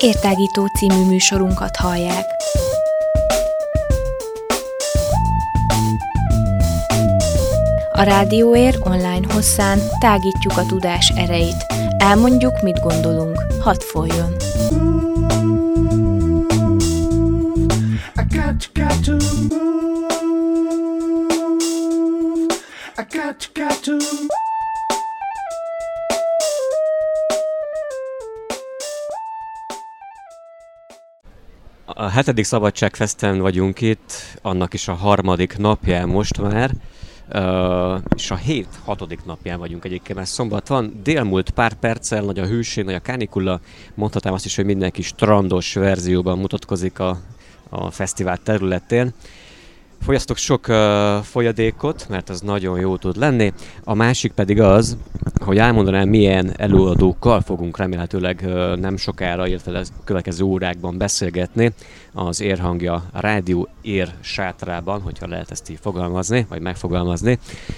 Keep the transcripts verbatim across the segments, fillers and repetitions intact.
Értágító című műsorunkat hallják. A Rádióér online hosszán tágítjuk a tudás erejét. Elmondjuk, mit gondolunk. Hadd folyjon! A hetedik Szabadságfesten vagyunk itt, annak is a harmadik napján most már, uh, és a hét hatodik napján vagyunk egyébként, mert szombat van, délmúlt pár perccel, nagy a hőség, nagy a kánikula, mondhatnám azt is, hogy mindenki strandos verzióban mutatkozik a, a fesztivál területén. Fogyasztok sok uh, folyadékot, mert az nagyon jó tud lenni. A másik pedig az, hogy elmondanám, milyen előadókkal fogunk remélhetőleg uh, nem sokára, illetve a következő órákban beszélgetni az Érhangja a Rádió Ér sátrában, hogyha lehet ezt így fogalmazni, vagy megfogalmazni.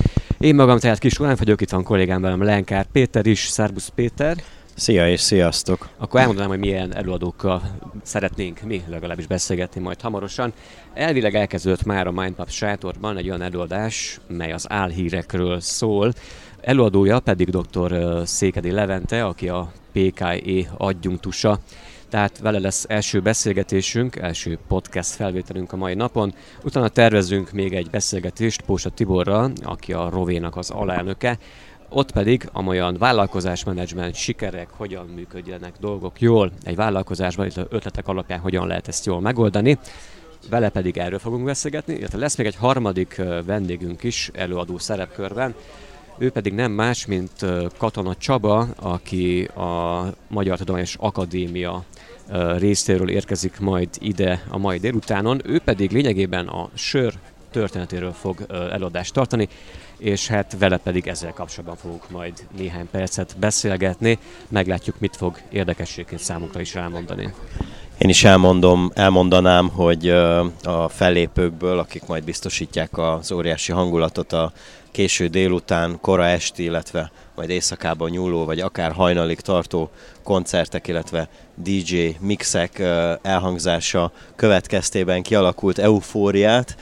Én magam tehát Kis Ulán vagyok, itt van kollégám velem, Lenkár Péter is. Szerbusz Péter! Szia és sziasztok! Akkor elmondanám, hogy milyen előadókkal szeretnénk mi legalábbis beszélgetni majd hamarosan. Elvileg elkezdődött már a Mindpub sátorban egy olyan előadás, mely az álhírekről szól. Előadója pedig dr. Székely Levente, aki a pé ká é adjunktusa. Tehát vele lesz első beszélgetésünk, első podcast felvételünk a mai napon. Utána tervezünk még egy beszélgetést Pósa Tiborral, aki a Rovénak az alelnöke. Ott pedig amolyan vállalkozásmenedzsment, sikerek, hogyan működjenek dolgok jól egy vállalkozásban, illetve ötletek alapján hogyan lehet ezt jól megoldani. Vele pedig erről fogunk beszélgetni, illetve lesz még egy harmadik vendégünk is előadó szerepkörben. Ő pedig nem más, mint Katona Csaba, aki a Magyar Tudományos Akadémia részéről érkezik majd ide a mai délutánon. Ő pedig lényegében a sör történetéről fog előadást tartani, és hát vele pedig ezzel kapcsolatban fogunk majd néhány percet beszélgetni. Meglátjuk, mit fog érdekességként számunkra is elmondani. Én is elmondom, elmondanám, hogy a fellépőkből, akik majd biztosítják az óriási hangulatot a késő délután, kora esti, illetve majd éjszakában nyúló, vagy akár hajnalig tartó koncertek, illetve dé dzsé mixek elhangzása következtében kialakult eufóriát.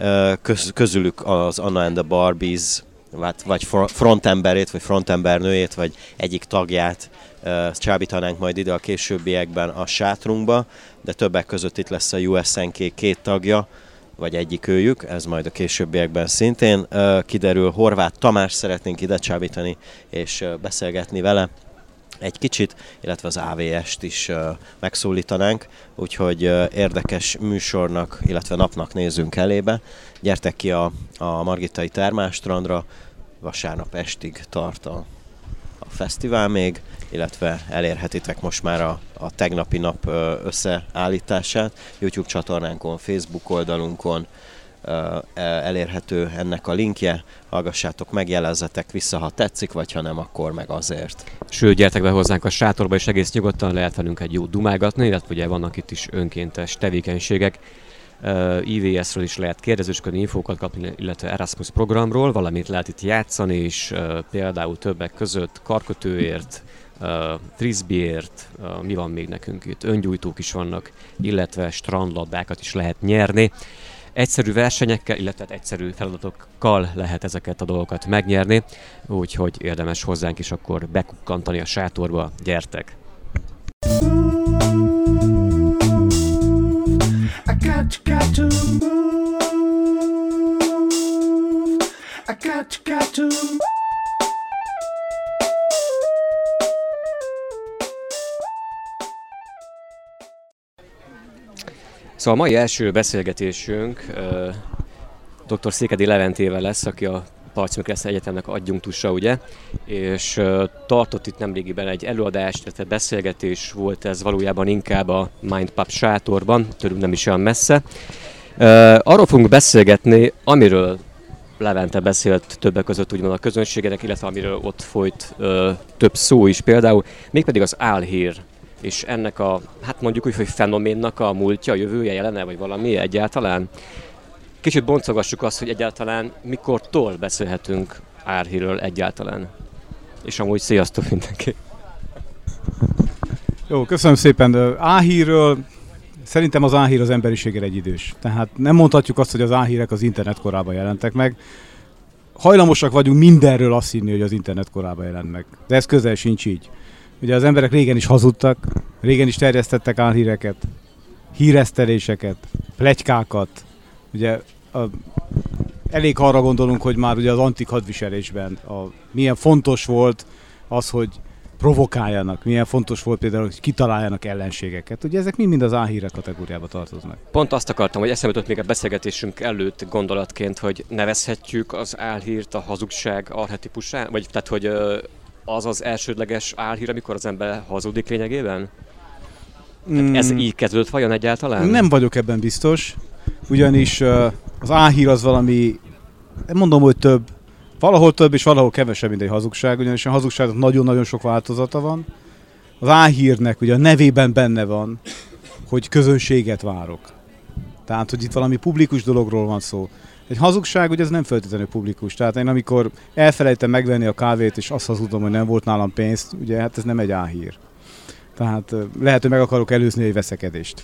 Köz, közülük az Anna and the Barbies, vagy frontemberét, vagy frontembernőjét, vagy egyik tagját csábítanánk majd ide a későbbiekben a sátrunkba, de többek között itt lesz a u es en ká két tagja, vagy egyik őjük, ez majd a későbbiekben szintén kiderül. Horváth Tamás szeretnénk ide csábítani és beszélgetni vele egy kicsit, illetve az á vé est is megszólítanánk, úgyhogy érdekes műsornak, illetve napnak nézzünk elébe. Gyertek ki a, a Margittai Termálstrandra, vasárnap estig tart a, a fesztivál még, illetve elérhetitek most már a, a tegnapi nap összeállítását. YouTube csatornánkon, Facebook oldalunkon elérhető ennek a linkje. Hallgassátok meg, jelezzetek vissza, ha tetszik, vagy ha nem, akkor meg azért. Sőt, gyertek be hozzánk a sátorba, és egész nyugodtan lehet velünk egy jó dumálgatni, illetve ugye vannak itt is önkéntes tevékenységek. i vé es-ről is lehet kérdezősködni, infókat kapni, illetve Erasmus programról, valamit lehet itt játszani, és például többek között karkötőért, frisbeeért, mi van még nekünk itt, öngyújtók is vannak, illetve strandlabdákat is lehet nyerni. Egyszerű versenyekkel, illetve egyszerű feladatokkal lehet ezeket a dolgokat megnyerni, úgyhogy érdemes hozzánk is akkor bekukkantani a sátorba, gyertek! I got you, got to move. I got you, got to move. Szóval a mai első beszélgetésünk uh, dr. Székely Leventével lesz, aki a Parcimőkereszt Egyetemnek adjunktusa, ugye, és uh, tartott itt nemrégiben egy előadást, illetve beszélgetés volt ez valójában inkább a Mindpub sátorban, tőlünk nem is olyan messze. Uh, arról fogunk beszélgetni, amiről Levente beszélt többek között úgymond a közönségedek, illetve amiről ott folyt uh, több szó is például, mégpedig az álhír. És ennek a, hát mondjuk úgy, hogy fenoménnak a múltja, a jövője, jelene, vagy valami egyáltalán. Kicsit boncogassuk azt, hogy egyáltalán mikortól beszélhetünk álhírről egyáltalán. És amúgy sziasztok mindenki! Jó, köszönöm szépen. Álhírről, szerintem az álhír az emberiségre egyidős. Tehát nem mondhatjuk azt, hogy az álhírek az internet korában jelentek meg. Hajlamosak vagyunk mindenről azt hinni, hogy az internet korában jelent meg. De ez közel sincs így. Ugye az emberek régen is hazudtak, régen is terjesztettek álhíreket, híreszteléseket, pletykákat. Ugye a, elég arra gondolunk, hogy már ugye az antik hadviselésben a, milyen fontos volt az, hogy provokáljanak, milyen fontos volt például, hogy kitaláljanak ellenségeket. Ugye ezek mind-mind az álhírek kategóriába tartoznak. Pont azt akartam, hogy eszembe jutott még a beszélgetésünk előtt gondolatként, hogy nevezhetjük az álhírt a hazugság archetipusán, vagy tehát, hogy az az elsődleges álhír, amikor az ember hazudik lényegében? Mm. Ez így kezdődött vajon egyáltalán? Nem vagyok ebben biztos, ugyanis az álhír az valami, nem mondom, hogy több, valahol több és valahol kevesebb, mint egy hazugság, ugyanis a hazugságnak nagyon-nagyon sok változata van. Az álhírnek ugye a nevében benne van, hogy közönséget várok. Tehát, hogy itt valami publikus dologról van szó. Egy hazugság, ugye ez nem feltétlenül publikus. Tehát én amikor elfelejtem megvenni a kávét, és azt hazudom, hogy nem volt nálam pénzt, ugye hát ez nem egy álhír. Tehát lehet, hogy meg akarok előzni egy veszekedést.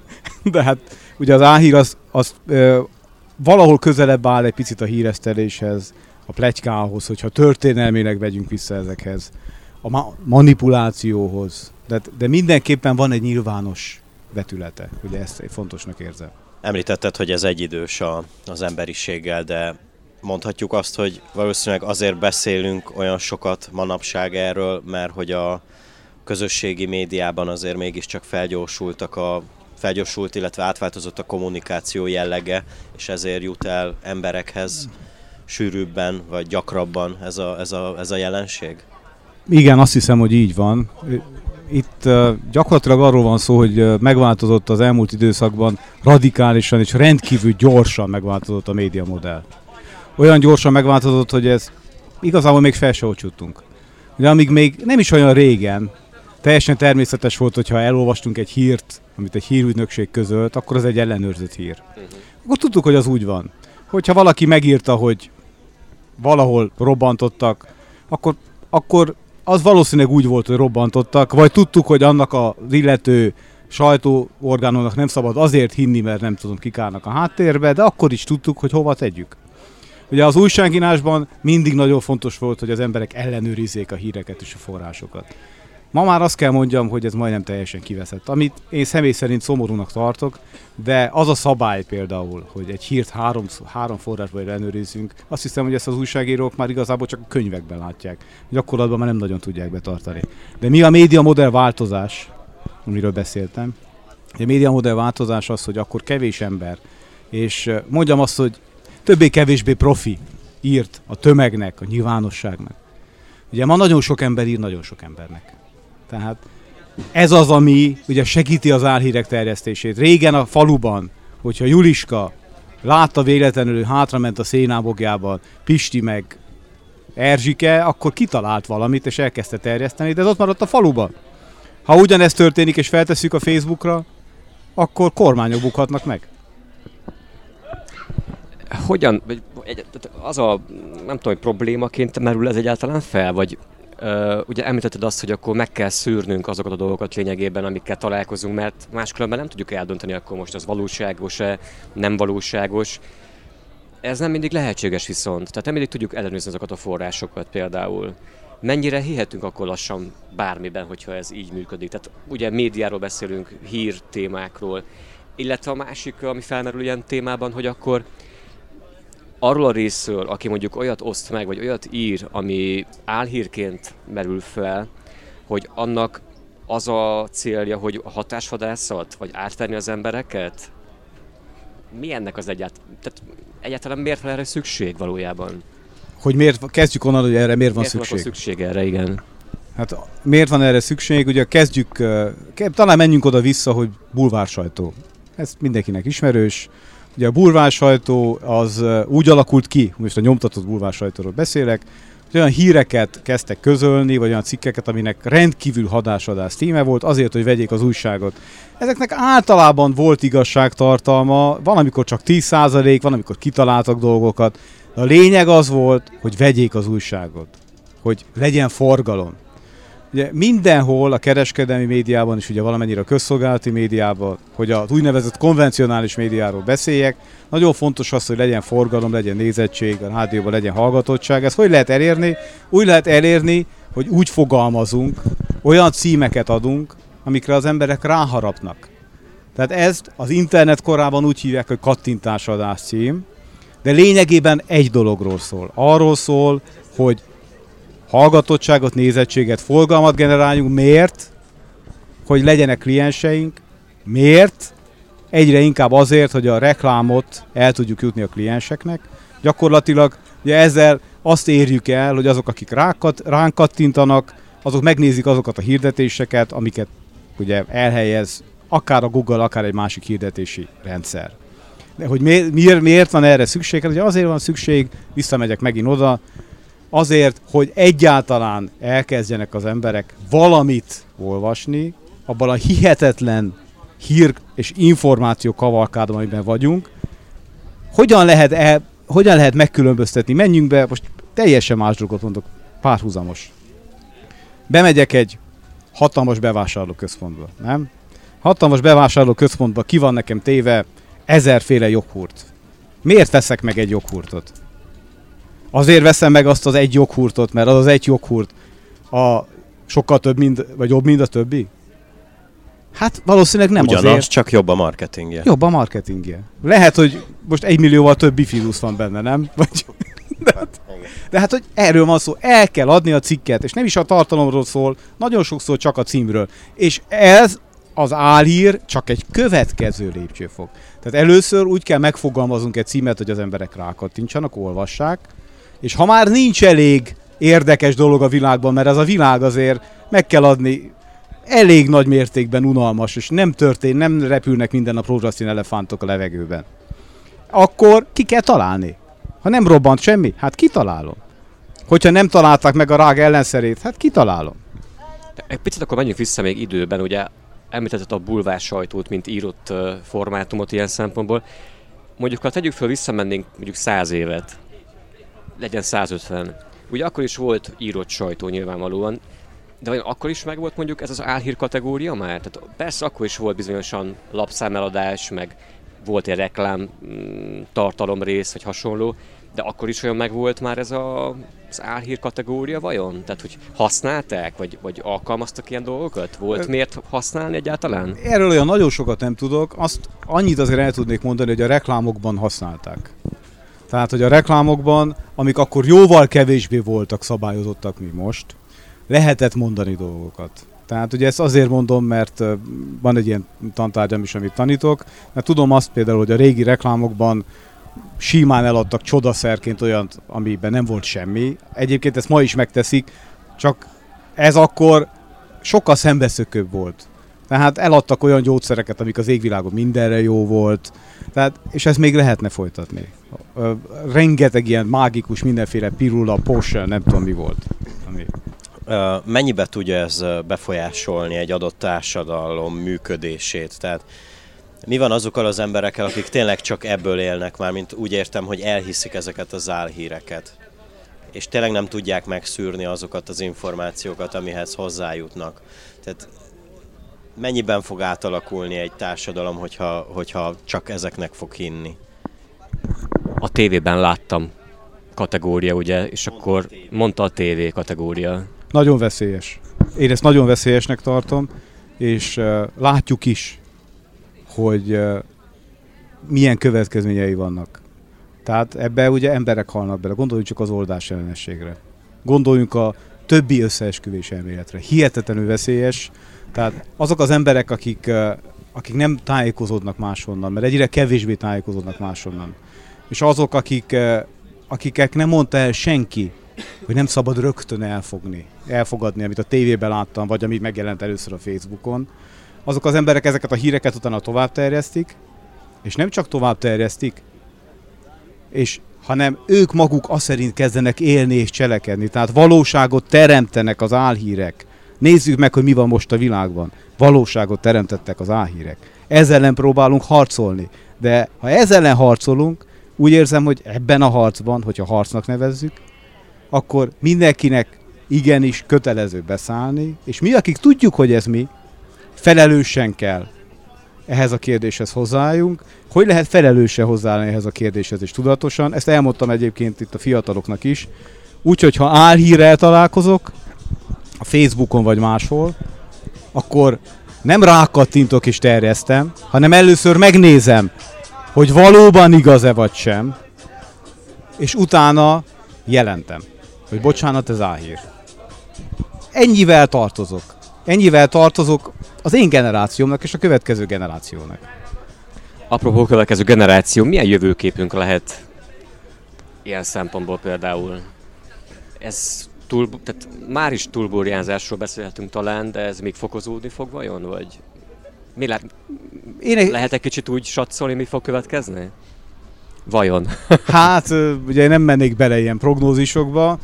De hát ugye az álhír az, az ö, valahol közelebb áll egy picit a híreszteléshez, a pletykához, hogyha történelmileg vegyünk vissza ezekhez, a ma- manipulációhoz. De, de mindenképpen van egy nyilvános vetülete, ugye ezt fontosnak érzem. Említetted, hogy ez egyidős a, az emberiséggel, de mondhatjuk azt, hogy valószínűleg azért beszélünk olyan sokat manapság erről, mert hogy a közösségi médiában azért mégiscsak felgyorsultak a, felgyorsult, illetve átváltozott a kommunikáció jellege, és ezért jut el emberekhez sűrűbben vagy gyakrabban ez a, ez a, ez a jelenség? Igen, azt hiszem, hogy így van. Itt uh, gyakorlatilag arról van szó, hogy uh, megváltozott az elmúlt időszakban radikálisan és rendkívül gyorsan megváltozott a médiamodell. Olyan gyorsan megváltozott, hogy ez igazából még fel se ocsuttunk. De amíg még nem is olyan régen, teljesen természetes volt, hogyha elolvastunk egy hírt, amit egy hírügynökség közölt, akkor az egy ellenőrzött hír. Uh-huh. Akkor tudtuk, hogy az úgy van. Hogyha valaki megírta, hogy valahol robbantottak, akkor, akkor az valószínűleg úgy volt, hogy robbantottak, vagy tudtuk, hogy annak az illető sajtóorgánumnak nem szabad azért hinni, mert nem tudom, kik állnak a háttérbe, de akkor is tudtuk, hogy hova tegyük. Ugye az újságírásban mindig nagyon fontos volt, hogy az emberek ellenőrizzék a híreket és a forrásokat. Ma már azt kell mondjam, hogy ez majdnem teljesen kiveszett. Amit én személy szerint szomorúnak tartok, de az a szabály például, hogy egy hírt három, három forrásból ellenőrizzünk, azt hiszem, hogy ezt az újságírók már igazából csak a könyvekben látják. Gyakorlatban már nem nagyon tudják betartani. De mi a médiamodell változás, amiről beszéltem? A médiamodell változás az, hogy akkor kevés ember, és mondjam azt, hogy többé-kevésbé profi írt a tömegnek, a nyilvánosságnak. Ugye ma nagyon sok ember ír nagyon sok embernek. Tehát ez az, ami ugye segíti az álhírek terjesztését. Régen a faluban, hogyha Juliska látta véletlenül, hogy hátrament a szénábogjában Pisti meg Erzsike, akkor kitalált valamit és elkezdte terjeszteni, de ez ott maradt a faluban. Ha ugyanezt történik és feltesszük a Facebookra, akkor kormányok bukhatnak meg. Hogyan, az a, nem tudom, hogy problémaként merül ez egyáltalán fel, vagy uh, ugye említetted azt, hogy akkor meg kell szűrnünk azokat a dolgokat lényegében, amikkel találkozunk, mert máskülönben nem tudjuk eldönteni, akkor most az valóságos-e, nem valóságos. Ez nem mindig lehetséges viszont, tehát nem mindig tudjuk ellenőrizni azokat a forrásokat például. Mennyire hihetünk akkor lassan bármiben, hogyha ez így működik? Tehát ugye médiáról beszélünk, hírtémákról, illetve a másik, ami felmerül ilyen témában, hogy akkor arról a részről, aki mondjuk olyat oszt meg, vagy olyat ír, ami álhírként merül fel, hogy annak az a célja, hogy a hatásvadászat, vagy ártani az embereket? Mi ennek az egyáltalán? Tehát egyáltalán miért van erre szükség valójában? Hogy miért, kezdjük onnan, hogy erre miért van miért szükség? Miért van szükség erre, igen. Hát miért van erre szükség? Ugye kezdjük, talán menjünk oda-vissza, hogy bulvársajtó. Ez mindenkinek ismerős. Ugye a bulvársajtó az úgy alakult ki, most a nyomtatott bulvársajtóról beszélek, hogy olyan híreket kezdtek közölni, vagy olyan cikkeket, aminek rendkívül hadásvadász címe volt, azért, hogy vegyék az újságot. Ezeknek általában volt igazságtartalma, van, amikor csak tíz százalék, van, amikor kitaláltak dolgokat. De a lényeg az volt, hogy vegyék az újságot, hogy legyen forgalom. Ugye mindenhol a kereskedelmi médiában és ugye valamennyire a közszolgálati médiában, hogy az úgynevezett konvencionális médiáról beszéljek, nagyon fontos az, hogy legyen forgalom, legyen nézettség, a rádióban legyen hallgatottság. Ezt hogy lehet elérni? Úgy lehet elérni, hogy úgy fogalmazunk, olyan címeket adunk, amikre az emberek ráharapnak. Tehát ezt az internet korában úgy hívják, hogy kattintásadás cím, de lényegében egy dologról szól. Arról szól, hogy hallgatottságot, nézettséget, forgalmat generáljunk. Miért? Hogy legyenek klienseink. Miért? Egyre inkább azért, hogy a reklámot el tudjuk jutni a klienseknek. Gyakorlatilag ugye ezzel azt érjük el, hogy azok, akik ránkat, ránk kattintanak, azok megnézik azokat a hirdetéseket, amiket ugye elhelyez akár a Google, akár egy másik hirdetési rendszer. De hogy miért, miért van erre szükség? Ugye azért van szükség, visszamegyek megint oda, azért, hogy egyáltalán elkezdjenek az emberek valamit olvasni, abban a hihetetlen hír és információ kavalkádban, amiben vagyunk. Hogyan lehet, el, hogyan lehet megkülönböztetni? Menjünk be, most teljesen más dolgot mondok, párhuzamos. Bemegyek egy hatalmas bevásárlóközpontba, nem? Hatalmas bevásárlóközpontba ki van nekem téve ezerféle joghurt. Miért veszek meg egy joghurtot? Azért veszem meg azt az egy joghurtot, mert az az egy joghurt a sokkal több, mint, vagy jobb, mint a többi? Hát valószínűleg nem. Ugyanaz, azért. Csak jobb a marketingje. Jobb a marketingje. Lehet, hogy most egy millióval több bifidusz van benne, nem? Vagy... De, hát, de hát, hogy erről van szó, el kell adni a cikket, és nem is a tartalomról szól, nagyon sokszor csak a címről. És ez az álhír csak egy következő lépcsőfok. Tehát először úgy kell megfogalmazunk egy címet, hogy az emberek rákattintsanak, olvassák, és ha már nincs elég érdekes dolog a világban, mert ez a világ azért meg kell adni elég nagy mértékben unalmas, és nem történ, nem repülnek minden nap rózsaszín elefántok a levegőben. Akkor ki kell találni. Ha nem robbant semmi, hát kitalálom. Hogyha nem találták meg a rág ellenszerét, hát kitalálom. Egy picit akkor menjünk vissza még időben, ugye említetted a bulvár sajtót, mint írott uh, formátumot ilyen szempontból. Mondjuk, ha tegyük föl, visszamennénk mondjuk száz évet, legyen százötven. Ugye akkor is volt írott sajtó nyilvánvalóan, de vajon akkor is megvolt mondjuk ez az álhír kategória már? Tehát persze akkor is volt bizonyosan lapszámeladás, meg volt egy reklám tartalomrész, vagy hasonló, de akkor is olyan megvolt már ez a, az álhír kategória vajon? Tehát, hogy használták, vagy, vagy alkalmaztak ilyen dolgokat? Volt miért használni egyáltalán? Erről olyan nagyon sokat nem tudok, azt annyit azért el tudnék mondani, hogy a reklámokban használták. Tehát, hogy a reklámokban, amik akkor jóval kevésbé voltak szabályozottak, mi most, lehetett mondani dolgokat. Tehát ugye ezt azért mondom, mert van egy ilyen tantárgyam is, amit tanítok, mert tudom azt például, hogy a régi reklámokban simán eladtak csodaszerként olyat, amiben nem volt semmi. Egyébként ezt ma is megteszik, csak ez akkor sokkal szembeszökőbb volt. Tehát eladtak olyan gyógyszereket, amik az égvilágon mindenre jó volt, tehát, és ezt még lehetne folytatni. Rengeteg ilyen mágikus, mindenféle pirula, potion, nem tudom mi volt. Ami... Mennyibe tudja ez befolyásolni egy adott társadalom működését? Tehát mi van azokkal az emberekkel, akik tényleg csak ebből élnek már, mint úgy értem, hogy elhiszik ezeket az álhíreket, és tényleg nem tudják megszűrni azokat az információkat, amihez hozzájutnak. Tehát mennyiben fog átalakulni egy társadalom, hogyha, hogyha csak ezeknek fog hinni? A tévében láttam kategória, ugye, és akkor mondta a tévé kategória. Nagyon veszélyes. Én ezt nagyon veszélyesnek tartom, és uh, látjuk is, hogy uh, milyen következményei vannak. Tehát ebbe ugye emberek halnak bele. Gondoljunk csak az oldás ellenességre. Gondoljunk a többi összeesküvés elméletre. Hihetetlenül veszélyes. Tehát azok az emberek, akik, uh, akik nem tájékozódnak máshonnan, mert egyre kevésbé tájékozódnak máshonnan. És azok, akik, uh, akiknek nem mondta el senki, hogy nem szabad rögtön elfogni, elfogadni, amit a tévében láttam, vagy amit megjelent először a Facebookon. Azok az emberek ezeket a híreket utána tovább terjesztik, és nem csak tovább terjesztik, és, hanem ők maguk azt szerint kezdenek élni és cselekedni. Tehát valóságot teremtenek az álhírek. Nézzük meg, hogy mi van most a világban. Valóságot teremtettek az álhírek. Ezzel ellen próbálunk harcolni. De ha ezzel ellen harcolunk, úgy érzem, hogy ebben a harcban, hogyha harcnak nevezzük, akkor mindenkinek igenis kötelező beszállni, és mi, akik tudjuk, hogy ez mi, felelősen kell ehhez a kérdéshez hozzáálljunk. Hogy lehet felelősen hozzáállni ehhez a kérdéshez és tudatosan? Ezt elmondtam egyébként itt a fiataloknak is. Úgyhogy ha álhírrel találkozok, a Facebookon vagy máshol, akkor nem rákattintok és terjesztem, hanem először megnézem, hogy valóban igaz-e vagy sem, és utána jelentem, hogy bocsánat, ez álhír. Ennyivel tartozok. Ennyivel tartozok az én generációmnak és a következő generációnak. Apropó következő generáció, milyen jövőképünk lehet ilyen szempontból például? Ez túl, tehát már is túlburjánzásról beszélhetünk talán, de ez még fokozódni fog vajon? Vagy mi lehet, Én lehet egy kicsit úgy satszolni, mi fog következni? Vajon? Hát, ugye nem mennék bele ilyen prognózisokba,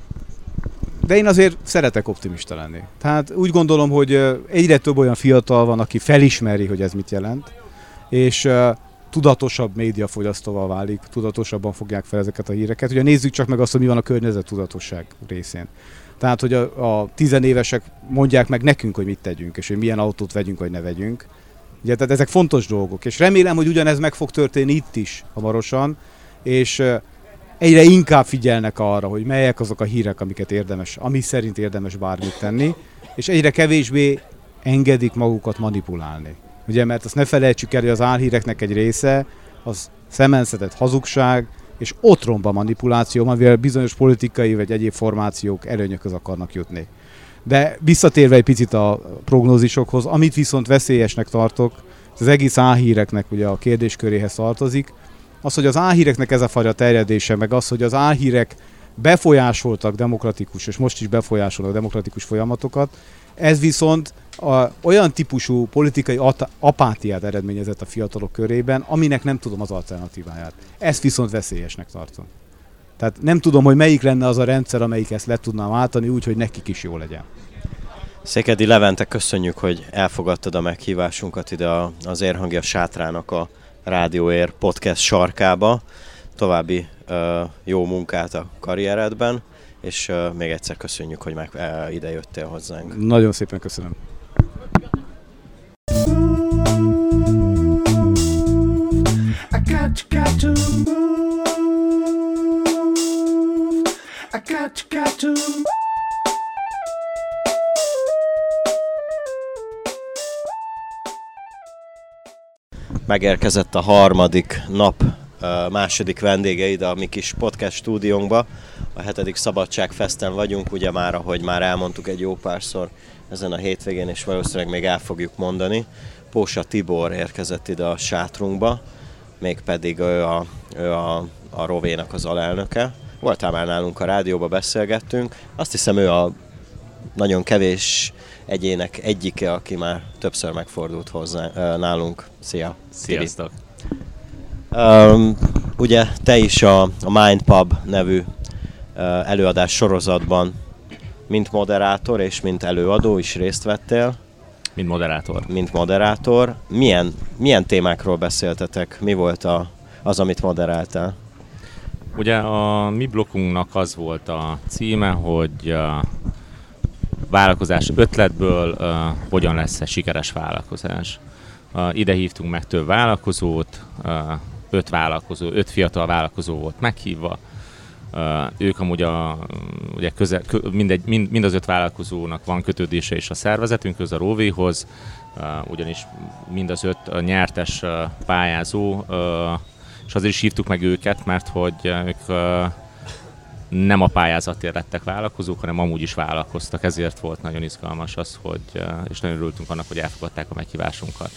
de én azért szeretek optimista lenni. Tehát úgy gondolom, hogy egyre több olyan fiatal van, aki felismeri, hogy ez mit jelent, és uh, tudatosabb médiafogyasztóval válik, tudatosabban fogják fel ezeket a híreket. Ugye nézzük csak meg azt, hogy mi van a környezettudatosság részén. Tehát, hogy a, a tizenévesek mondják meg nekünk, hogy mit tegyünk, és hogy milyen autót vegyünk, vagy ne vegyünk. Ugye, tehát ezek fontos dolgok, és remélem, hogy ugyanez meg fog történni itt is hamarosan, és uh, egyre inkább figyelnek arra, hogy melyek azok a hírek, amiket érdemes, ami szerint érdemes bármit tenni, és egyre kevésbé engedik magukat manipulálni. Ugye, mert azt ne felejtsük el, hogy az álhíreknek egy része az szemenszedett hazugság és otromba manipuláció, amivel bizonyos politikai vagy egyéb formációk előnyökhöz akarnak jutni. De visszatérve egy picit a prognózisokhoz, amit viszont veszélyesnek tartok, az egész álhíreknek ugye a kérdésköréhez tartozik, az, hogy az álhíreknek ez a fajta terjedése, meg az, hogy az álhírek befolyásoltak demokratikus, és most is befolyásolnak demokratikus folyamatokat, ez viszont a, olyan típusú politikai at- apátiát eredményezett a fiatalok körében, aminek nem tudom az alternatíváját. Ezt viszont veszélyesnek tartom. Tehát nem tudom, hogy melyik lenne az a rendszer, amelyik ezt le tudná váltani úgy, hogy nekik is jó legyen. Székely Levente, köszönjük, hogy elfogadtad a meghívásunkat ide az Érhangja Sátrának a Rádió Ér podcast sarkába. További uh, jó munkát a karrieredben, és uh, még egyszer köszönjük, hogy meg, uh, ide jöttél hozzánk. Nagyon szépen köszönöm. I got, got to move. I got, got to move. Megérkezett a harmadik nap második vendége ide a mi kis podcast stúdiónkba. A hetedik Szabadságfesten vagyunk, ugye már, ahogy már elmondtuk egy jó párszor ezen a hétvégén, és valószínűleg még el fogjuk mondani. Pósa Tibor érkezett ide a sátrunkba, mégpedig ő a, ő a, a Rovénak az alelnöke. Voltál már nálunk a rádióba, beszélgettünk. Azt hiszem, ő a nagyon kevés egyének egyike, aki már többször megfordult hozzá nálunk. Szia! Sziasztok! Um, ugye te is a, a Mindpub nevű uh, előadás sorozatban mint moderátor és mint előadó is részt vettél. Mint moderátor. Mint moderátor. Milyen, milyen témákról beszéltetek? Mi volt a, az, amit moderáltál? Ugye a mi blokkunknak az volt a címe, hogy a vállalkozás ötletből uh, hogyan lesz egy sikeres vállalkozás. Uh, ide hívtunk meg több vállalkozót, uh, öt vállalkozó, öt fiatal vállalkozó volt meghívva. Uh, ők amúgy a, ugye közel, kö, mindegy, mind, mind az öt vállalkozónak van kötődése is a szervezetünkhöz, a Rovéhoz, uh, ugyanis mind az öt uh, nyertes uh, pályázó, uh, és azért is hívtuk meg őket, mert hogy ők uh, nem a pályázatért lettek vállalkozók, hanem amúgy is vállalkoztak, ezért volt nagyon izgalmas az, hogy, uh, és nagyon örültünk annak, hogy elfogadták a meghívásunkat.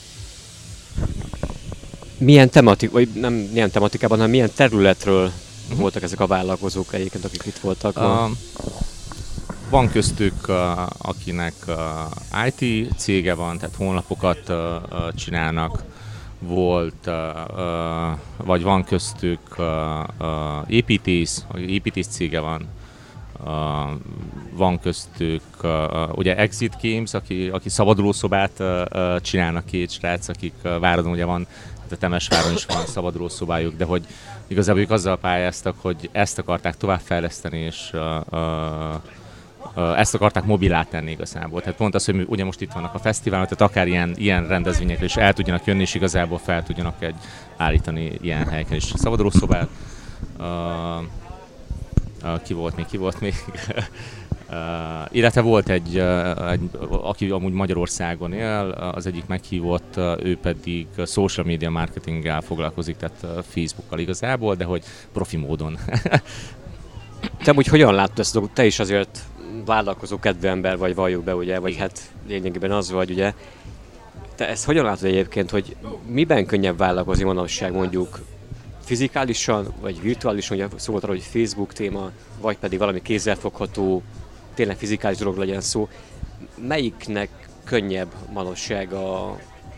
Milyen tematik, vagy nem milyen tematikában, hanem milyen területről uh-huh. voltak ezek a vállalkozók egyébként, akik itt voltak? Uh, van köztük, uh, akinek uh, i té cége van, tehát honlapokat uh, uh, csinálnak, volt, uh, uh, vagy van köztük uh, uh, építész, építész cége van, uh, van köztük uh, ugye Exit Games, aki, aki szabadulószobát uh, uh, csinálnak, két srác, akik uh, Váradon ugye van, a Temesváron is van szabadulószobájuk, de hogy igazából ők azzal pályáztak, hogy ezt akarták továbbfejleszteni, és uh, uh, ezt akarták mobilá tenni igazából. Tehát pont az, hogy ugye most itt vannak a fesztiválok, tehát akár ilyen, ilyen rendezvényekre is el tudjanak jönni, és igazából fel tudjanak egy állítani ilyen helyeken is szabadulószobát. Uh, uh, ki volt még, ki volt még? Uh, illetve volt egy, uh, egy, aki amúgy Magyarországon él, az egyik meghívott, uh, ő pedig social media marketinggel foglalkozik, tehát uh, Facebookkal igazából, de hogy profi módon. Te amúgy hogyan látod ezt a dolgot? Te is azért vállalkozó kedvember vagy, valljuk be, ugye, vagy igen. Hát lényegében az vagy, ugye. Te ezt hogyan látod egyébként, hogy miben könnyebb vállalkozni manapság, mondjuk fizikálisan, vagy virtuálisan, ugye szó volt arra, hogy Facebook téma, vagy pedig valami kézzelfogható, tényleg fizikális dolog legyen szó. Melyiknek könnyebb manapság a,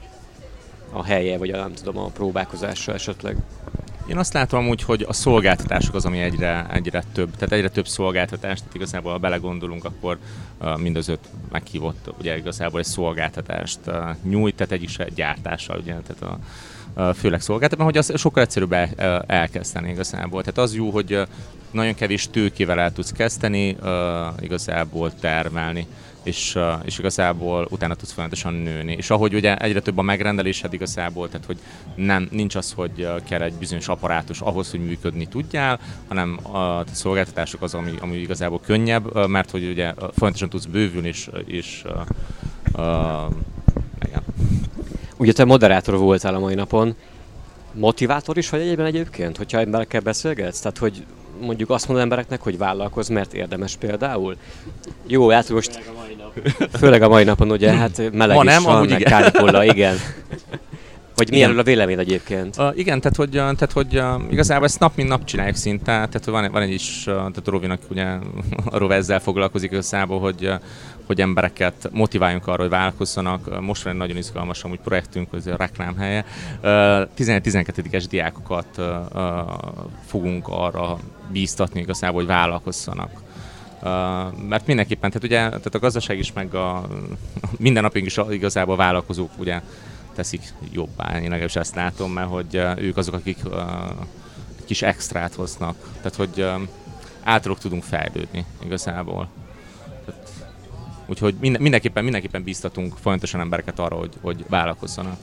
a helye, vagy a, nem tudom, a próbálkozása esetleg? Én azt látom úgy, hogy a szolgáltatások az, ami egyre, egyre több, tehát egyre több szolgáltatás, tehát igazából ha belegondolunk, akkor uh, mind az öt meghívott, ugye igazából egy szolgáltatást uh, nyújt, tehát egy is egy gyártással, ugye, tehát a, uh, főleg szolgáltatás, hogy az sokkal egyszerűbb el, uh, elkezdeni igazából. Tehát az jó, hogy uh, nagyon kevés tőkével el tudsz kezdeni, uh, igazából termelni. És, és igazából utána tudsz folyamatosan nőni. És ahogy ugye egyre több a megrendelésed igazából, tehát hogy nem, nincs az, hogy kell egy bizonyos apparátus ahhoz, hogy működni tudjál, hanem a szolgáltatások az, ami, ami igazából könnyebb, mert hogy ugye folyamatosan tudsz bővülni, és, és uh, uh, igen. Ugye te moderátor voltál a mai napon, motivátor is vagy egyébben egyébként, hogyha emberekkel beszélgetsz? Tehát, hogy mondjuk azt mondod embereknek, hogy vállalkozz, mert érdemes például? Jó, hát most főleg a mai napon, ugye, hát meleg Ma is nem, van, meg kánipolla, igen. Hogy milyen erről a vélemény egyébként? Uh, igen, tehát hogy, tehát, hogy uh, igazából ezt nap mint nap csináljuk szinte, tehát van, van egy is, uh, tehát a Rovinak ugye a Rove ezzel foglalkozik igazából, hogy, uh, hogy embereket motiváljunk arra, hogy vállalkozzanak. Uh, most van egy nagyon izgalmas amúgy projektünk, az a reklámhelye. Uh, tizenegy-tizenkettős diákokat uh, uh, fogunk arra bíztatni igazából, hogy vállalkozzanak. Uh, mert mindenképpen, tehát ugye tehát a gazdaság is, meg a mindennapjunk is igazából vállalkozók ugye teszik jobbá, én legalábbis ezt látom, mert hogy uh, ők azok, akik uh, kis extrát hoznak, tehát hogy um, általuk tudunk fejlődni igazából. Tehát, úgyhogy minden, mindenképpen, mindenképpen bíztatunk folyamatosan embereket arra, hogy, hogy vállalkozzanak.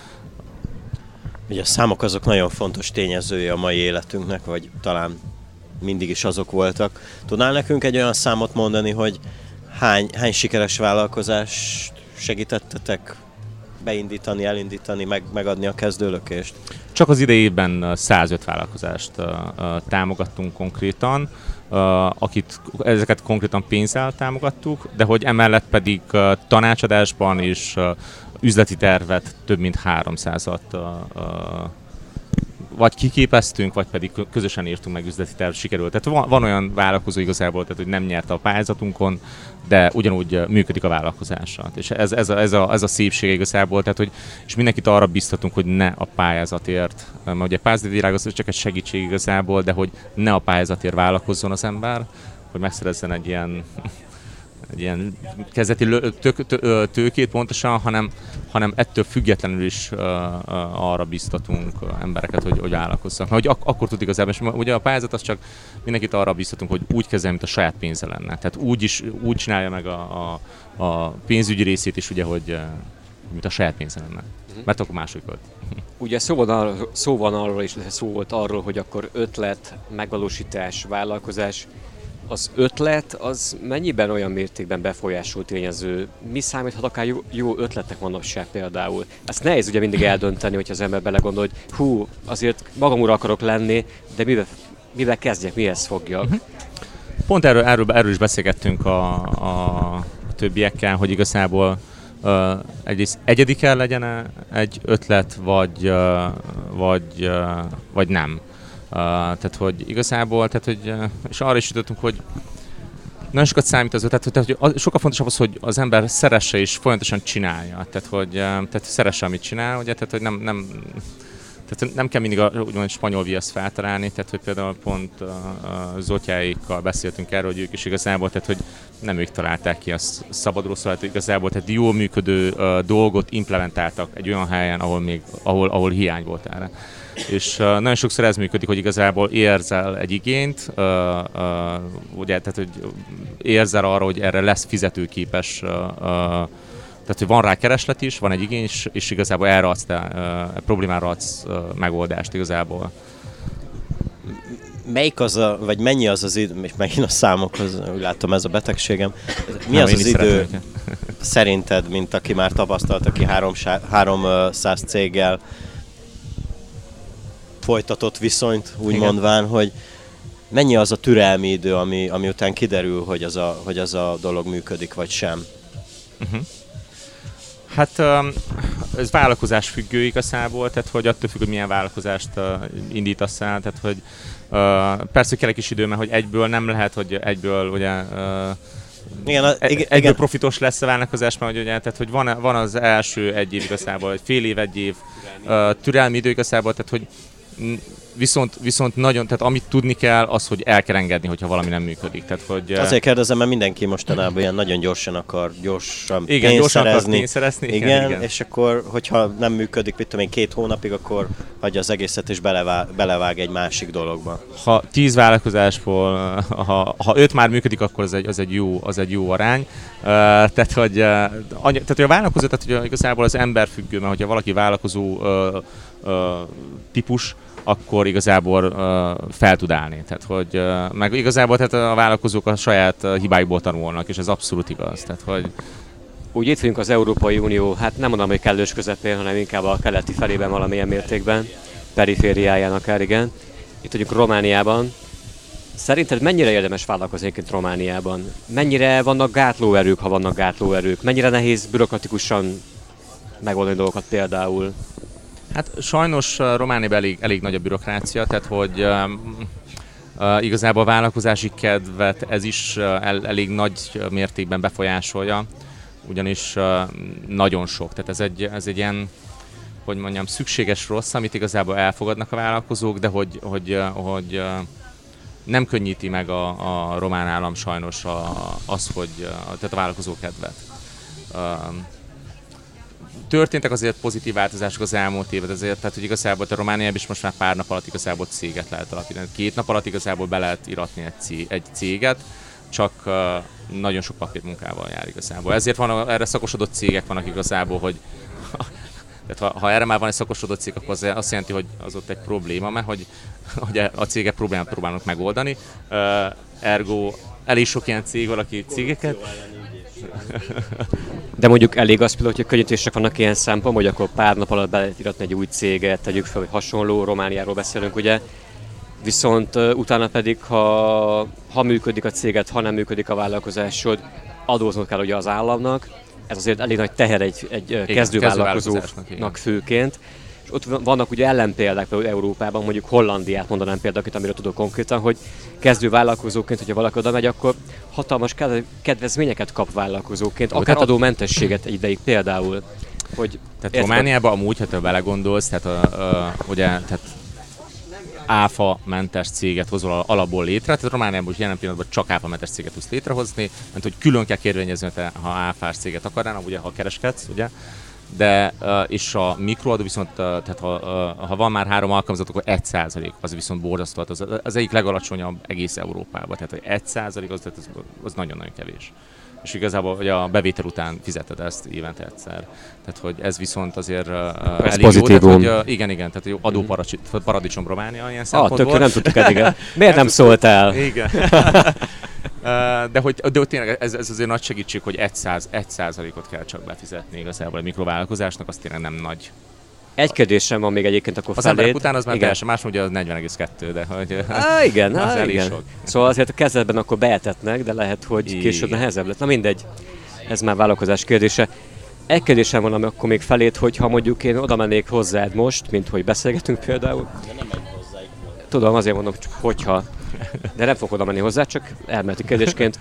Ugye a számok azok nagyon fontos tényezője a mai életünknek, vagy talán mindig is azok voltak. Tudnál nekünk egy olyan számot mondani, hogy hány, hány sikeres vállalkozást segítettetek beindítani, elindítani, meg, megadni a kezdőlökést? Csak az idei évben százöt vállalkozást uh, uh, támogattunk konkrétan, uh, akit, ezeket konkrétan pénzzel támogattuk, de hogy emellett pedig uh, tanácsadásban és uh, üzleti tervet több mint háromszázat uh, uh, vagy kiképeztünk, vagy pedig közösen írtunk meg üzleti terv, sikerült. Tehát van, van olyan vállalkozó igazából, tehát, hogy nem nyerte a pályázatunkon, de ugyanúgy működik a vállalkozása. És ez, ez, a, ez, a, ez a szépség igazából, tehát, hogy, és mindenkit arra biztatunk, hogy ne a pályázatért, mert ugye a pályázati világ az csak egy segítség igazából, de hogy ne a pályázatért vállalkozzon az ember, hogy megszerezzen egy ilyen egy ilyen kezdeti tök, tő, tőkét pontosan, hanem, hanem ettől függetlenül is uh, uh, arra biztatunk embereket, hogy, hogy vállalkozzanak. Hogy ak- akkor tud igazából, és ugye a pályázat az csak mindenkit arra biztatunk, hogy úgy kezel, mint a saját pénze lenne. Tehát úgy, is, úgy csinálja meg a, a, a pénzügyi részét is, ugye, hogy mint a saját pénze lenne. Uh-huh. Mert akkor máshogy volt. Ugye szó van, arról, szó van arról, és szó volt arról, hogy akkor ötlet, megvalósítás, vállalkozás. Az ötlet az mennyiben olyan mértékben befolyásoló tényező? Mi számíthat akár jó, jó ötletek manapság például? Ezt nehéz ugye mindig eldönteni, hogyha az ember belegondol, hogy hú, azért magamúra akarok lenni, de mivel, mivel kezdjek, mihez fogjak? Uh-huh. Pont erről, erről, erről is beszélgettünk a, a többiekkel, hogy igazából uh, egyrészt egyedi kell legyen egy ötlet, vagy, uh, vagy, uh, vagy nem. Uh, tehát, hogy igazából, tehát, hogy, uh, és arra is jutottunk, hogy nagyon sokat számít az ötlet, tehát, hogy az, sokkal fontosabb az, hogy az ember szeresse és folyamatosan csinálja, tehát, hogy uh, tehát szeresse, amit csinál, ugye, tehát, hogy nem, nem, tehát nem kell mindig a úgymond spanyol viaszt feltalálni, tehát, hogy például pont uh, uh, Zotyáikkal beszéltünk erről, hogy ők is igazából, tehát, hogy nem ők találták ki a szabadról szóval, igazából, tehát jól működő uh, dolgot implementáltak egy olyan helyen, ahol még, ahol, ahol hiány volt erre. És uh, nagyon sokszor ez működik, hogy igazából érzel egy igényt, uh, uh, ugye, tehát hogy érzel arra, hogy erre lesz fizetőképes, uh, uh, tehát hogy van rá kereslet is, van egy igény, és, és igazából erre adsz te, uh, problémára adsz uh, megoldást igazából. Melyik az a, vagy mennyi az az idő, és megint a számokhoz, úgy látom ez a betegségem, mi Nem, az az idő szeretném. szerinted, mint aki már tapasztalt, aki háromszáz céggel folytatott viszonyt, úgy Igen. mondván, hogy mennyi az a türelmi idő, ami, ami után kiderül, hogy az, a, hogy az a dolog működik, vagy sem? Uh-huh. Hát um, ez vállalkozás függő igazából, tehát hogy attól függ, hogy milyen vállalkozást uh, indítasz el, tehát hogy uh, persze kell egy kis idő, mert hogy egyből nem lehet, hogy egyből ugye uh, igen, a, igen, egyből igen. profitos lesz a vállalkozás, mert hogy ugye, tehát hogy van, van az első egy év igazából, egy fél év, egy év uh, türelmi idő igazából, tehát hogy Viszont, viszont nagyon, tehát amit tudni kell, az, hogy el kell engedni, hogyha valami nem működik. Tehát, hogy, azért kérdezem, mert mindenki mostanában ilyen nagyon gyorsan akar gyorsan igen, pénzt gyorsan szerezni. Akar pénzt szerezni. Igen, igen, igen, és akkor, hogyha nem működik, mit tudom én, két hónapig, akkor hagyja az egészet és belevág, belevág egy másik dologba. Ha tíz vállalkozásból, ha, ha öt már működik, akkor az egy, az egy, jó, az egy jó arány. Uh, tehát, hogy, uh, anya, tehát, hogy a vállalkozó, tehát, hogy igazából az ember függő, mert hogyha valaki vállalkozó uh, uh, típus, akkor igazából uh, fel tud állni. Tehát, hogy, uh, meg igazából tehát a vállalkozók a saját uh, hibáikból tanulnak, és ez abszolút igaz. Tehát, hogy... Úgy itt vagyunk az Európai Unió, hát nem mondom, hogy kellős közepén, hanem inkább a keleti felében valamilyen mértékben, perifériáján akár, igen. Itt vagyunk Romániában. Szerinted mennyire érdemes vállalkozni egyébként Romániában? Mennyire vannak gátlóerők, ha vannak gátlóerők? Mennyire nehéz bürokratikusan megoldani dolgokat például? Hát sajnos uh, Romániában elég, elég nagy a bürokrácia, tehát hogy um, uh, igazából a vállalkozási kedvet ez is uh, el, elég nagy mértékben befolyásolja, ugyanis uh, nagyon sok, tehát ez egy, ez egy ilyen, hogy mondjam, szükséges rossz, amit igazából elfogadnak a vállalkozók, de hogy, hogy, uh, hogy uh, nem könnyíti meg a, a román állam sajnos a, az, hogy uh, tehát a vállalkozó kedvet. Uh, Történtek azért pozitív változások az elmúlt évet, azért, tehát hogy igazából a Romániában is most már pár nap alatt igazából céget lehet alapítani. Két nap alatt igazából be lehet iratni egy, egy céget, csak uh, nagyon sok papírmunkával jár igazából. Ezért van, erre szakosodott cégek vannak igazából, hogy tehát ha, ha erre már van egy szakosodott cég, akkor az azt jelenti, hogy az ott egy probléma, mert hogy, hogy a cégek problémát próbálnak megoldani. Uh, ergo elég sok ilyen cég van, aki cégeket... De mondjuk elég az például, hogy a könnyítések vannak ilyen szempont, hogy akkor pár nap alatt be lehet iratni egy új céget, tegyük fel, hogy hasonló, Romániáról beszélünk, ugye? Viszont uh, utána pedig, ha, ha működik a céget, ha nem működik a vállalkozásod, adóznod kell ugye az államnak. Ez azért elég nagy teher egy, egy kezdővállalkozónak főként. És ott vannak ugye ellenpéldák például Európában, mondjuk Hollandiát mondanám példaként, amiről tudok konkrétan, hogy kezdővállalkozóként, hogyha valaki oda megy, akkor hatalmas kedvezményeket kap vállalkozóként, akár adómentességet egy ideig például. Hogy tehát Romániában amúgy, ha te belegondolsz, tehát, a, a, ugye, tehát áfa-mentes céget hozol alapból létre, tehát Romániában is jelen pillanatban csak áfa-mentes céget tudsz létrehozni, mert hogy külön kell kérvényezni, te, ha áfás céget akarnának, ugye, ha kereskedsz, ugye, de uh, és a mikroadó viszont, uh, tehát ha, uh, ha van már három alkalmazott, akkor egy százalék, az viszont borzasztó, az, az egyik legalacsonyabb egész Európában, tehát hogy egy százalék az, az, az nagyon-nagyon kevés. És igazából hogy a bevétel után fizeted ezt évente egyszer. Tehát, hogy ez viszont azért uh, ez elég pozitívum. jó. Tehát, hogy, uh, igen, igen, tehát jó adóparadicsom Románia ilyen szempontból. Ah, tökre nem tudtuk eddig. Miért nem szóltál? Igen. De hogy, de hogy tényleg ez, ez azért nagy segítség, hogy egy százalékot kell csak befizetni igazából a mikrovállalkozásnak, az tényleg nem nagy. Egy kérdésem van még egyébként akkor az felét. emberek után az már teljesen más, ugye az negyven egész kettő, de hogy... Á, igen, az á, igen. Sok. Szóval azért a kezdetben akkor beetetnek, de lehet, hogy igen. Később nehezebb lett. Na mindegy, ez már vállalkozás kérdése. Egy kérdésem van, ami akkor még felét, hogy ha mondjuk én oda mennék hozzád most, mint hogy beszélgetünk például. De nem megy hozzájuk. Tudom, azért mondom, csak hogyha. De nem fogok oda menni hozzá, csak elméleti kérdésként.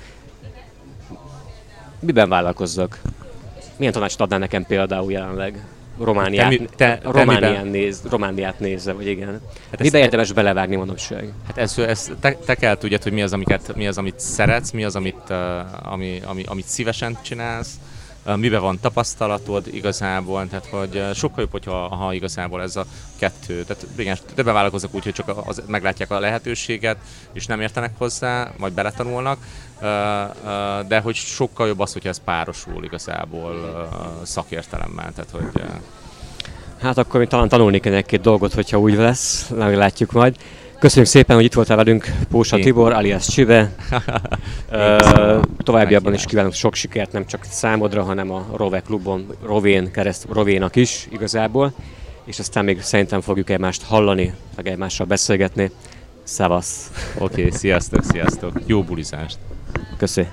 Miben vállalkozzak? Milyen tanácsot adnál nekem például jelenleg? Romániát, te, te, te Románián néz, Romániát nézze, vagy igen. Hát miben érdemes belevágni manapság? Hát ez, ez, te, te kell tudjad, hogy mi az, amiket, mi az, amit szeretsz, mi az, amit, uh, ami, ami, amit szívesen csinálsz, miben van tapasztalatod igazából, tehát hogy sokkal jobb, hogyha ha igazából ez a kettő, tehát igen, többen vállalkoznak úgy, hogy csak az, meglátják a lehetőséget, és nem értenek hozzá, majd beletanulnak, de hogy sokkal jobb az, hogyha ez párosul igazából szakértelemmel, tehát hogy... Hát akkor mi talán tanulni kell egy-két dolgot, hogyha úgy lesz, meglátjuk majd. Köszönjük szépen, hogy itt voltál velünk, Pósa Én. Tibor, alias Csibe. uh, továbbiakban is kívánok sok sikert, nem csak számodra, hanem a Rove klubon, Rovén kereszt, Rovénak is igazából. És aztán még szerintem fogjuk egymást hallani, meg egymással beszélgetni. Szevasz! Oké, okay, sziasztok, sziasztok! Jó bulizást! Köszi!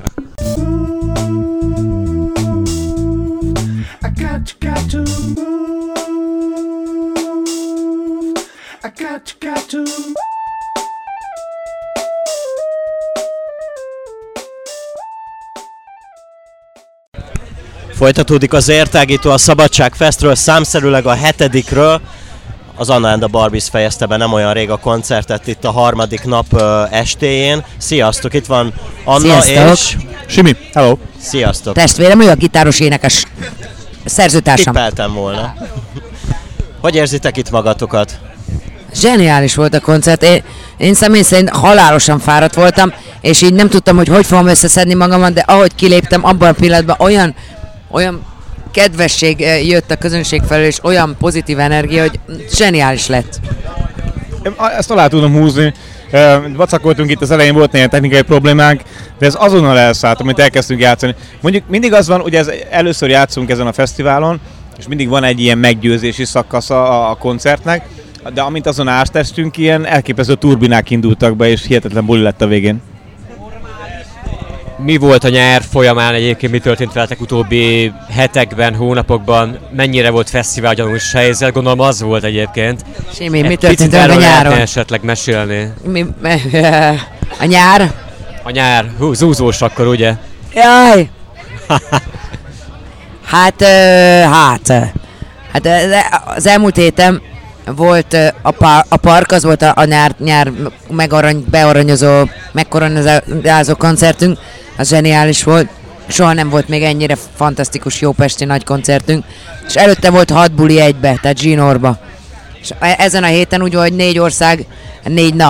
I got you, got to. Folytatódik az értágító a Szabadságfestről, számszerűleg a hetedikről. Az Anna and the Barbies fejezte be nem olyan rég a koncertet itt a harmadik nap uh, estéjén. Sziasztok, itt van Anna. Sziasztok. És... Simi, hello! Sziasztok! Testvérem, ő a gitáros énekes szerzőtársam. Tippeltem volna. Hogy érzitek itt magatokat? Zseniális volt a koncert. Én, én személy szerint halálosan fáradt voltam, és így nem tudtam, hogy hogy fogom összeszedni magamat, de ahogy kiléptem, abban a pillanatban olyan, olyan kedvesség jött a közönség felől, és olyan pozitív energia, hogy zseniális lett. Ezt alá tudom húzni. Vacakoltunk itt az elején, volt néhány technikai problémánk, de ez azonnal elszállt, amit elkezdtünk játszani. Mondjuk mindig az van, ugye ez először játszunk ezen a fesztiválon, és mindig van egy ilyen meggyőzési szakasza a koncertnek, de amint azon ástestünk, ilyen elképesztő turbinák indultak be, és hihetetlen buli lett a végén. Mi volt a nyár folyamán egyébként, mi történt veletek utóbbi hetekben, hónapokban? Mennyire volt fesztivál gyanús helyzet? Gondolom az volt egyébként. Simi, mi történt a nyáron? Lehetne esetleg mesélni. Mi, a nyár? A nyár, hú, zúzós akkor, ugye? Jaj! hát, hát, hát az elmúlt héten volt a, pa, a park, az volt a, a nyár, nyár megarany, bearanyozó, megkoronázó koncertünk, az zseniális volt. Soha nem volt még ennyire fantasztikus, jó pesti nagy koncertünk. És előtte volt hat buli egybe, tehát Zsinórba. És ezen a héten úgy volt, hogy négy ország, négy nap.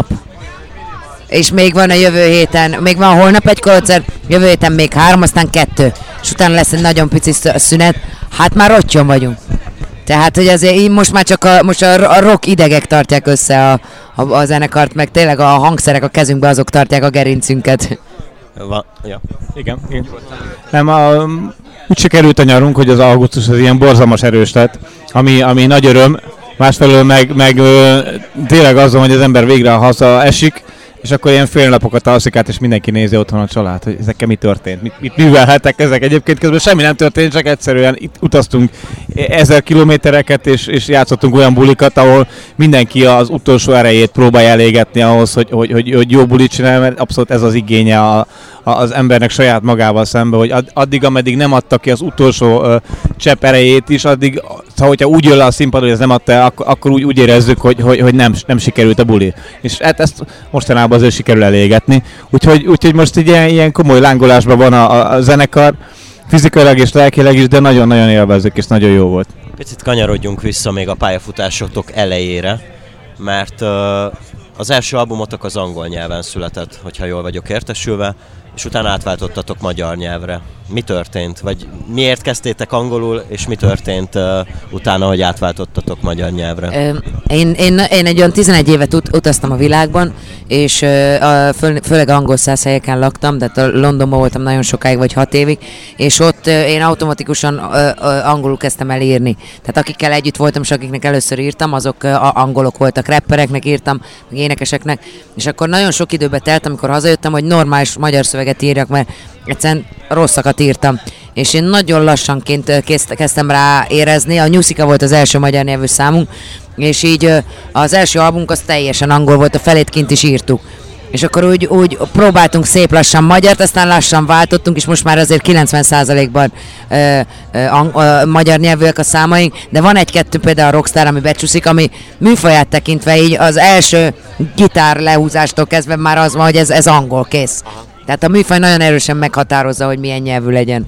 És még van a jövő héten, még van holnap egy koncert, jövő héten még három, aztán kettő. És utána lesz egy nagyon pici szünet. Hát már ottyon vagyunk. Tehát, hogy azért most már csak a, most a rock idegek tartják össze a, a, a zenekart, meg tényleg a hangszerek a kezünkbe, azok tartják a gerincünket. Va, ja. Igen, igen. Nem, a, úgy sikerült a nyarunk, hogy az augusztus az ilyen borzalmas erős lett, ami, ami nagy öröm, másfelől meg, meg ö, tényleg azon, hogy az ember végre haza esik, és akkor ilyen fél napokat alszik át, és mindenki nézi otthon a család, hogy ezekkel mi történt, mit, mit művelhettek ezek. Egyébként közben semmi nem történt, csak egyszerűen itt utaztunk ezer kilométereket, és, és játszottunk olyan bulikat, ahol mindenki az utolsó erejét próbálja elégetni ahhoz, hogy, hogy, hogy, hogy jó bulit csinál, mert abszolút ez az igénye a, a, az embernek saját magával szemben, hogy addig, ameddig nem adta ki az utolsó uh, csepp erejét is, addig, szóval, hogyha úgy jön le a színpad, hogy ez nem adta, akkor, akkor úgy, úgy érezzük, hogy, hogy, hogy nem, nem sikerült a buli. És hát ezt mostanában azért sikerül elégetni. Úgyhogy, úgyhogy most ilyen, ilyen komoly lángolásban van a, a zenekar, fizikailag és lelkileg is, de nagyon-nagyon élvezzük, és nagyon jó volt. Picit kanyarodjunk vissza még a pályafutásotok elejére, mert uh, az első albumotok az angol nyelven született, hogyha jól vagyok értesülve, és utána átváltottatok magyar nyelvre. Mi történt? Vagy miért kezdtétek angolul, és mi történt uh, utána, hogy átváltottatok magyar nyelvre? Én, én, én egy olyan tizenegy évet ut- utaztam a világban, és uh, a, fő, főleg angol száz helyeken laktam, de a Londonban voltam nagyon sokáig, vagy hat évig, és ott uh, én automatikusan uh, uh, angolul kezdtem el írni. Tehát akikkel együtt voltam, és akiknek először írtam, azok uh, angolok voltak, rappereknek írtam, meg énekeseknek, és akkor nagyon sok időbe telt, amikor hazajöttem, hogy normális magyar szöveget írjak, mert egyszerűen rosszakat írtam. És én nagyon lassanként kezdtem rá érezni, a Nyuszika volt az első magyar nyelvű számunk, és így az első albumunk az teljesen angol volt, a felét kint is írtuk. És akkor úgy, úgy próbáltunk szép lassan magyart, aztán lassan váltottunk, és most már azért kilencven százalékban ö, ö, ang- ö, magyar nyelvűek a számaink, de van egy-kettő például a Rockstar, ami becsúszik, ami műfaját tekintve így az első gitár lehúzástól kezdve már az van, hogy ez, ez angol, kész. Tehát a műfaj nagyon erősen meghatározza, hogy milyen nyelvű legyen.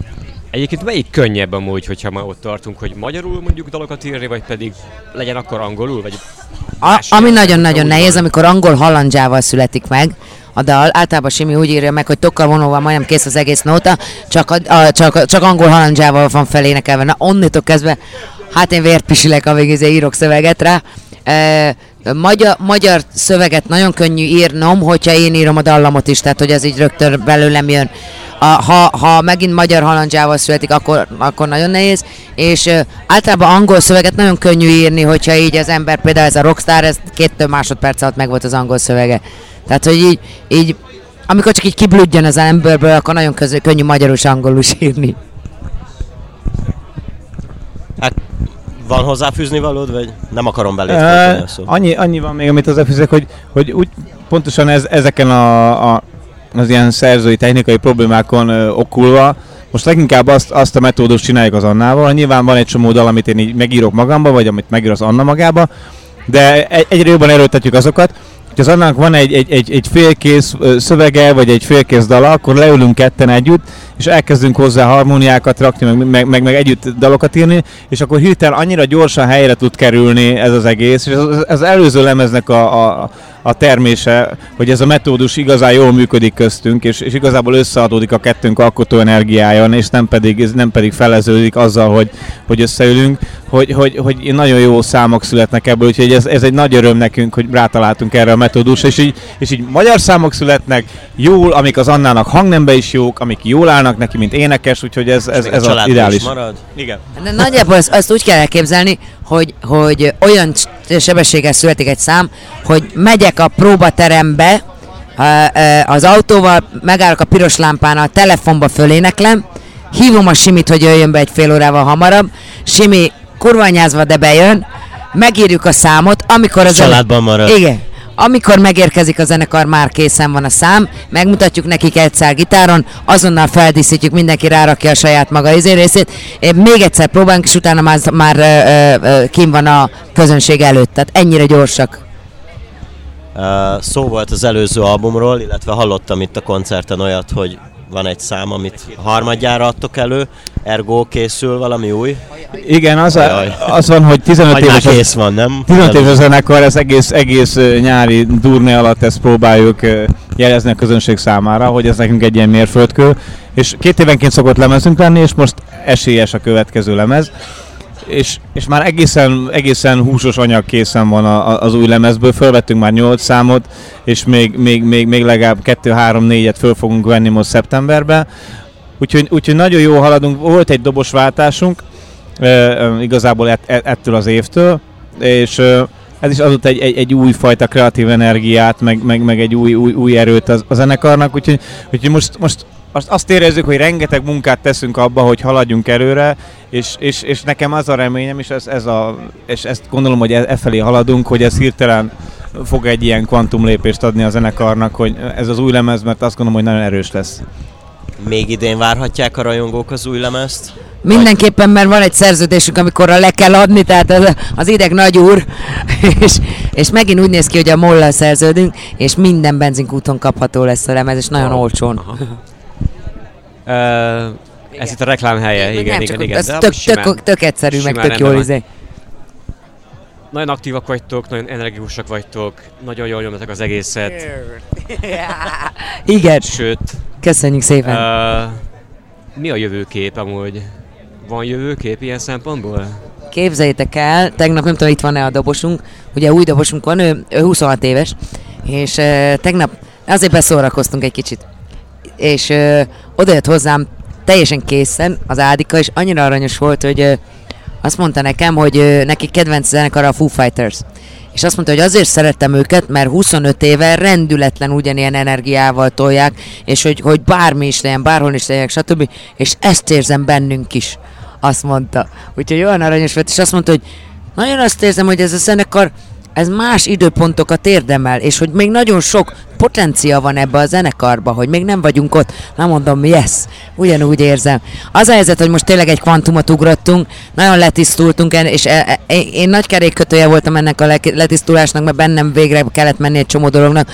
Egyébként melyik könnyebb amúgy, hogyha ma ott tartunk, hogy magyarul mondjuk dalokat írni, vagy pedig legyen akkor angolul, vagy A, ami nagyon-nagyon nehéz, amikor angol halandzsával születik meg a dal, általában Simi úgy írja meg, hogy tokkal vonóval majdnem kész az egész nóta, csak, a, a, csak, csak angol halandzsával van felénekelve. Na onnitól kezdve, hát én vért pisilek, amíg írok szöveget rá. E, magyar, magyar szöveget nagyon könnyű írnom, hogyha én írom a dallamot is, tehát hogy ez így rögtön belőlem jön. A, ha, ha megint magyar halandzsával születik, akkor, akkor nagyon nehéz, és uh, általában angol szöveget nagyon könnyű írni, hogyha így az ember, például ez a Rockstar, ez két másodperc alatt meg volt az angol szövege. Tehát, hogy így, így amikor csak így kiblüdjön az emberből, akkor nagyon közö, könnyű magyarul és angolul is írni. Hát van hozzáfűzni valód, vagy nem akarom belépni? Uh, annyi, annyi van még, amit hozzáfűzek, hogy, hogy úgy pontosan ez, ezeken a, a az ilyen szerzői technikai problémákon ö, okulva. Most leginkább azt, azt a metódust csináljuk az Annával. Nyilván van egy csomó dal, amit én így megírok magamba, vagy amit megír az Anna magába, de egy, egyre jobban erőltetjük azokat. Ha az Annának van egy, egy, egy, egy félkész szövege, vagy egy félkész dala, akkor leülünk ketten együtt, és elkezdünk hozzá harmóniákat rakni, meg, meg, meg, meg együtt dalokat írni, és akkor hirtelen annyira gyorsan helyre tud kerülni ez az egész, és az, az előző lemeznek a, a, a termése, hogy ez a metódus igazán jól működik köztünk, és, és igazából összeadódik a kettőnk alkotó energiája, és nem pedig, nem pedig feleződik azzal, hogy, hogy összeülünk, hogy, hogy, hogy nagyon jó számok születnek ebből, úgyhogy ez, ez egy nagy öröm nekünk, hogy rátaláltunk erre a metódusra, és így, és így magyar számok születnek jól, amik az Annának hangnembe is jók, amik jól állnak neki, mint énekes, úgyhogy ez, ez, ez az ideális. Marad? Igen. De nagyjából azt, azt úgy kell elképzelni, hogy, hogy olyan sebességgel születik egy szám, hogy megyek a próbaterembe az autóval, megállok a piros lámpánál, a telefonba föléneklem, hívom a Simit, hogy jöjjön be egy fél órával hamarabb, Simi kurvanyázva, de bejön, megírjuk a számot, amikor az... Családban marad. Igen. Amikor megérkezik a zenekar, már készen van a szám, megmutatjuk nekik egyszer gitáron, azonnal feldíszítjük, mindenki rárakja a saját maga izé részét, még egyszer próbálunk, és utána már, már ö, ö, kim van a közönség előtt, tehát ennyire gyorsak. Uh, szó volt az előző albumról, illetve hallottam itt a koncerten olyat, hogy van egy szám, amit harmadjára adtok elő, ergo készül valami új? Igen, az, a, az van, hogy tizenöt éves, kész van, nem? tizenöt éves zenekar, ez egész, egész nyári durné alatt ezt próbáljuk jelezni a közönség számára, hogy ez nekünk egy ilyen mérföldkő, és két évenként szokott lemezünk lenni, és most esélyes a következő lemez. És, és már egészen, egészen húsos anyag készen van a, a, az új lemezből, fölvettünk már nyolc számot, és még, még, még, még legalább kettő három négyet föl fogunk venni most szeptemberben. Úgyhogy, úgyhogy nagyon jó haladunk, volt egy dobosváltásunk, e, e, igazából ett, ettől az évtől, és e, ez is adott egy, egy, egy újfajta kreatív energiát, meg, meg, meg egy új, új, új erőt a, a zenekarnak, úgyhogy, úgyhogy most, most Azt, azt érezzük, hogy rengeteg munkát teszünk abba, hogy haladjunk előre, és, és, és nekem az a reményem, és, ez, ez a, és ezt gondolom, hogy e, e felé haladunk, hogy ez hirtelen fog egy ilyen kvantumlépést adni a zenekarnak, hogy ez az új lemez, mert azt gondolom, hogy nagyon erős lesz. Még idén várhatják a rajongók az új lemezt? Mindenképpen, mert van egy szerződésünk, amikorra le kell adni, tehát az, az ideg nagy úr, és, és megint úgy néz ki, hogy a mollal szerződünk, és minden benzinkúton kapható lesz a lemez, és nagyon oh. olcsón. Uh, ez itt a reklám helye, igen, igen, igen. igen. Ez tök, simán, tök, tök egyszerű, meg tök jól izé. Nagyon aktívak vagytok, nagyon energikusak vagytok, nagyon jól nyomtatok az egészet. Igen. Sőt. Köszönjük szépen. Uh, mi a jövőkép amúgy? Van jövőkép ilyen szempontból? Képzeljétek el, tegnap nem tudom, itt van-e a dobosunk, ugye új dobosunk van, ő, ő huszonhat éves, és uh, tegnap azért beszórakoztunk egy kicsit. És ö, odajött hozzám teljesen készen az Ádika, és annyira aranyos volt, hogy ö, azt mondta nekem, hogy ö, neki kedvenc zenekar a Foo Fighters. És azt mondta, hogy azért szerettem őket, mert huszonöt éve rendületlen ugyanilyen energiával tolják, és hogy, hogy bármi is legyen, bárhol is legyen, stb. És ezt érzem bennünk is, azt mondta. Úgyhogy olyan aranyos volt, és azt mondta, hogy nagyon azt érzem, hogy ez a zenekar, ez más időpontokat érdemel, és hogy még nagyon sok potencia van ebbe a zenekarba, hogy még nem vagyunk ott. Nem mondom, yes, ugyanúgy érzem. Az a helyzet, hogy most tényleg egy kvantumot ugrottunk, nagyon letisztultunk, és e, e, én nagy kerékkötője voltam ennek a letisztulásnak, mert bennem végre kellett menni egy csomó dolognak.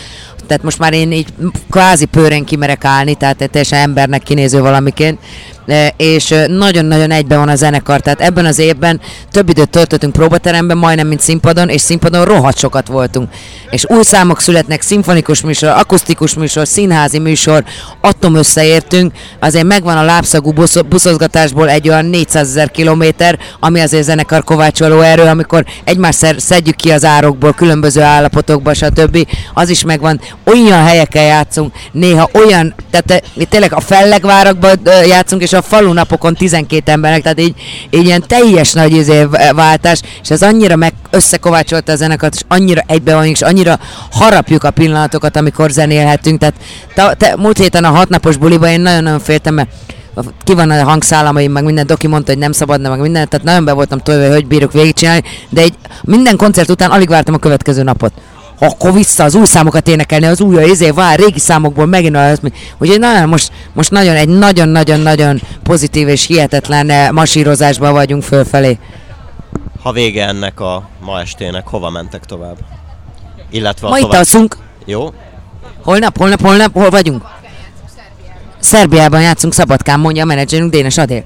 tehát most már én így kvázi pőrén kimerek állni, tehát teljesen embernek kinéző valamiként, és nagyon-nagyon egyben van a zenekar, tehát ebben az évben több időt töltöttünk próbateremben, majdnem mint színpadon, és színpadon rohadt sokat voltunk. És új számok születnek, szimfonikus műsor, akusztikus műsor, színházi műsor, atom összeértünk, azért megvan a lábszagú busz, buszozgatásból egy olyan négyszázezer kilométer, ami azért zenekar kovácsoló erő, amikor egymást szedjük ki az árokból, különböző állapotokba, stb. Az is megvan, olyan helyeken játszunk, néha olyan, tehát tényleg a Fellegvárakban játszunk, és a falunapokon tizenkét embernek, tehát így, így ilyen teljes nagy izé váltás, és ez annyira meg összekovácsolta a zenekart, és annyira egybe vagyunk, és annyira harapjuk a pillanatokat, amikor zenélhetünk. Tehát te, te, múlt héten a hatnapos buliban én nagyon-nagyon féltem, mert ki van a hangszálamaim, meg minden, Doki mondta, hogy nem szabadna, meg minden, tehát nagyon be voltam tolva, hogy bírjuk végigcsinálni, de egy, minden koncert után alig vártam a következő napot. Akkor vissza az új számokat énekelni, az új, izé, vár, régi számokból megint az, úgyhogy na, most, most nagyon, egy nagyon-nagyon-nagyon pozitív és hihetetlen masírozásban vagyunk fölfelé. Ha vége ennek a ma estének, hova mentek tovább? Illetve ma tovább... itt alszunk. Jó. Holnap, holnap, holnap, hol vagyunk? Szerbiában játszunk, Szabadkán, mondja a menedzserünk, Dénes Adél.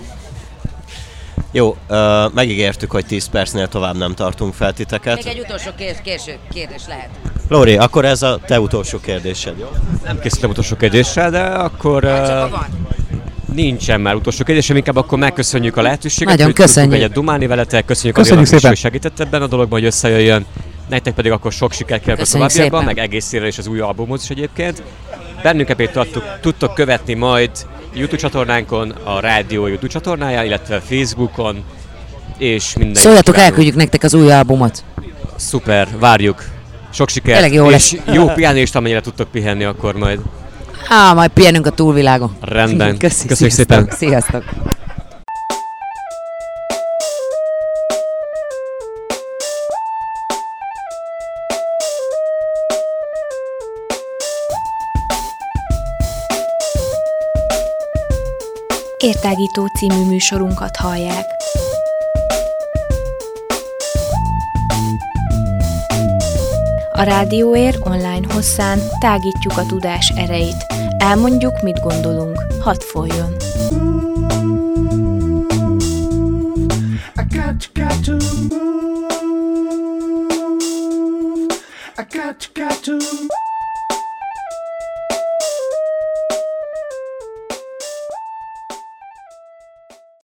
Jó, uh, megígértük, hogy tíz percnél tovább nem tartunk fel titeket. Még egy utolsó kér- késő kérdés lehet. Lóri, akkor ez a te utolsó kérdésed, jó? Nem készültem utolsó kérdéssel, de akkor... Hát uh, nincsen már utolsó kérdésem, inkább akkor megköszönjük a lehetőséget. Nagyon hogy köszönjük. egyet dumálni veletek, köszönjük, Köszönjük azért, szépen. hogy segített ebben a dologban, hogy összejöjjön. Nektek pedig akkor sok sikert kívánok a Köszönjük továbbiakban, szépen. meg egészére is az új albumot is egyébként. Bennünket pedig tudtuk, tudtok követni majd YouTube csatornánkon, a rádió YouTube csatornáján, illetve Facebookon, és minden. Szóljatok, elküldjük nektek az új albumot. Szuper, várjuk. Sok sikert, Tényleg jó és lesz. jó pihenést, amennyire tudtok pihenni akkor majd. Á, majd pihenünk a túlvilágon. Rendben. Köszi, Köszönjük sziasztok, szépen. Sziasztok. Értágító című műsorunkat hallják. A Rádióér online hosszán tágítjuk a tudás erejét. Elmondjuk, mit gondolunk. Hadd folyjon! I got, got to move. I got, got to